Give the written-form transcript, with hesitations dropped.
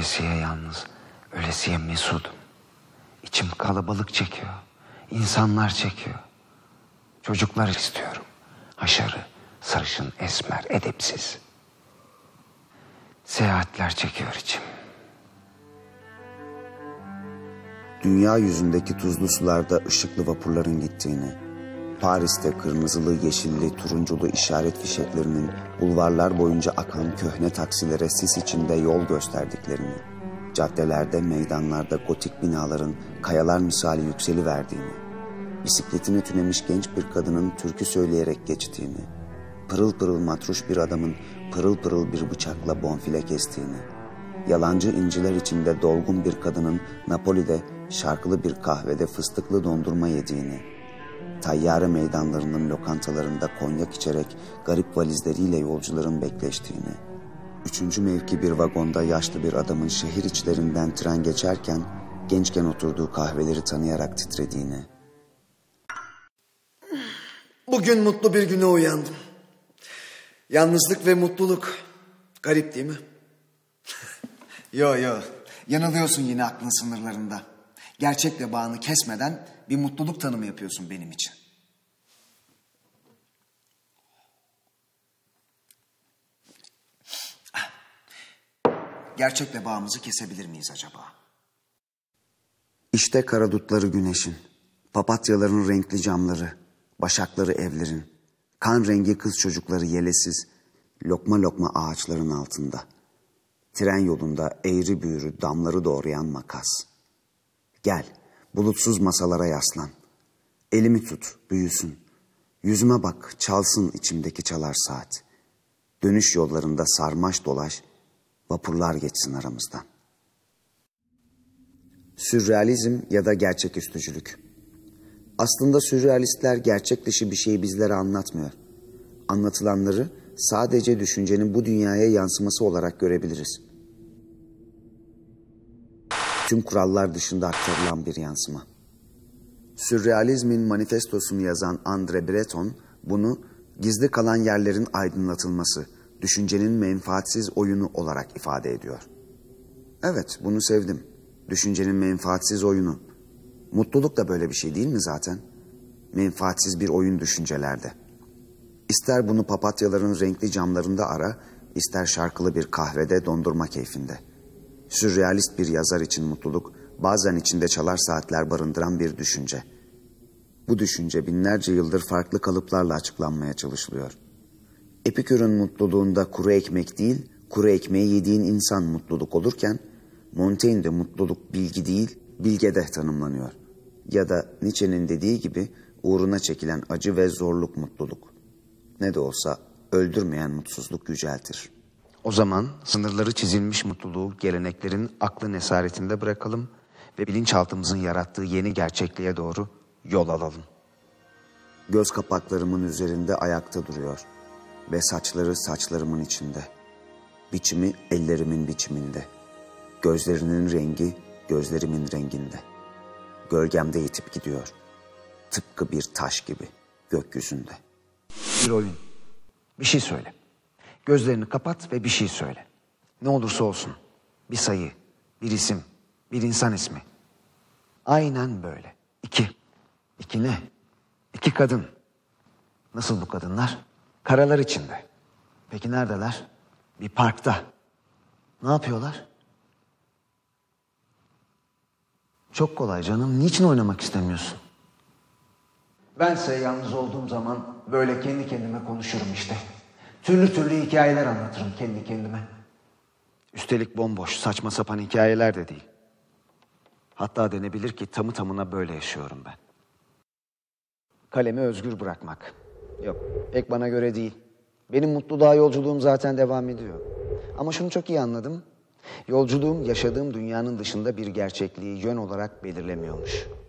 Ölesiye yalnız, ölesiye mesudum. İçim kalabalık çekiyor. İnsanlar çekiyor. Çocuklar istiyorum. Haşarı, sarışın, esmer, edepsiz. Seyahatler çekiyor içim. Dünya yüzündeki tuzlu sularda ışıklı vapurların gittiğini, Paris'te kırmızılı, yeşilli, turunculu işaret fişeklerinin bulvarlar boyunca akan köhne taksilere sis içinde yol gösterdiklerini, caddelerde, meydanlarda gotik binaların kayalar misali yükseliverdiğini, bisikletini tünemiş genç bir kadının türkü söyleyerek geçtiğini, pırıl pırıl matruş bir adamın pırıl pırıl bir bıçakla bonfile kestiğini, yalancı inciler içinde dolgun bir kadının Napoli'de şarkılı bir kahvede fıstıklı dondurma yediğini, tayyare meydanlarının lokantalarında konyak içerek garip valizleriyle yolcuların bekleştiğini, 3. mevki bir vagonda yaşlı bir adamın şehir içlerinden tren geçerken gençken oturduğu kahveleri tanıyarak titrediğini. Bugün mutlu bir güne uyandım. Yalnızlık ve mutluluk. Garip değil mi? Yo, yanılıyorsun yine aklın sınırlarında. Gerçekle bağını kesmeden bir mutluluk tanımı yapıyorsun benim için. Gerçekle bağımızı kesebilir miyiz acaba? İşte karadutları güneşin, papatyaların renkli camları, başakları evlerin, kan rengi kız çocukları yelesiz, lokma lokma ağaçların altında. Tren yolunda eğri büğrü damları doğrayan makas. Gel, bulutsuz masalara yaslan. Elimi tut, büyüsün. Yüzüme bak, çalsın içimdeki çalar saat. Dönüş yollarında sarmaş dolaş, vapurlar geçsin aramızdan. Sürrealizm ya da gerçeküstücülük. Aslında sürrealistler gerçek dışı bir şeyi bizlere anlatmıyor. Anlatılanları sadece düşüncenin bu dünyaya yansıması olarak görebiliriz. Tüm kurallar dışında aktarılan bir yansıma. Sürrealizmin manifestosunu yazan André Breton bunu gizli kalan yerlerin aydınlatılması, düşüncenin menfaatsiz oyunu olarak ifade ediyor. Evet, bunu sevdim. Düşüncenin menfaatsiz oyunu. Mutluluk da böyle bir şey değil mi zaten? Menfaatsiz bir oyun düşüncelerde. İster bunu papatyaların renkli camlarında ara, ister şarkılı bir kahvede dondurma keyfinde. Sürrealist bir yazar için mutluluk, bazen içinde çalar saatler barındıran bir düşünce. Bu düşünce binlerce yıldır farklı kalıplarla açıklanmaya çalışılıyor. Epikür'ün mutluluğunda kuru ekmek değil, kuru ekmeği yediğin insan mutluluk olurken, Montaigne'de mutluluk bilgi değil, bilgede tanımlanıyor. Ya da Nietzsche'nin dediği gibi uğruna çekilen acı ve zorluk mutluluk. Ne de olsa öldürmeyen mutsuzluk yüceltir. O zaman sınırları çizilmiş mutluluğu geleneklerin aklın esaretinde bırakalım ve bilinçaltımızın yarattığı yeni gerçekliğe doğru yol alalım. Göz kapaklarımın üzerinde ayakta duruyor ve saçları saçlarımın içinde. Biçimi ellerimin biçiminde. Gözlerinin rengi gözlerimin renginde. Gölgemde yitip gidiyor. Tıpkı bir taş gibi gökyüzünde. Bir oyun. Bir şey söyle. Gözlerini kapat ve bir şey söyle. Ne olursa olsun. Bir sayı, bir isim, bir insan ismi. Aynen böyle. 2. 2 ne? 2 kadın. Nasıl bu kadınlar? Karalar içinde. Peki neredeler? Bir parkta. Ne yapıyorlar? Çok kolay canım. Niçin oynamak istemiyorsun? Bense yalnız olduğum zaman böyle kendi kendime konuşurum işte. Türlü türlü hikayeler anlatırım kendi kendime. Üstelik bomboş, saçma sapan hikayeler de değil. Hatta denebilir ki tamı tamına böyle yaşıyorum ben. Kalemi özgür bırakmak. Yok, pek bana göre değil. Benim mutluluğa yolculuğum zaten devam ediyor. Ama şunu çok iyi anladım. Yolculuğum yaşadığım dünyanın dışında bir gerçekliği yön olarak belirlemiyormuş.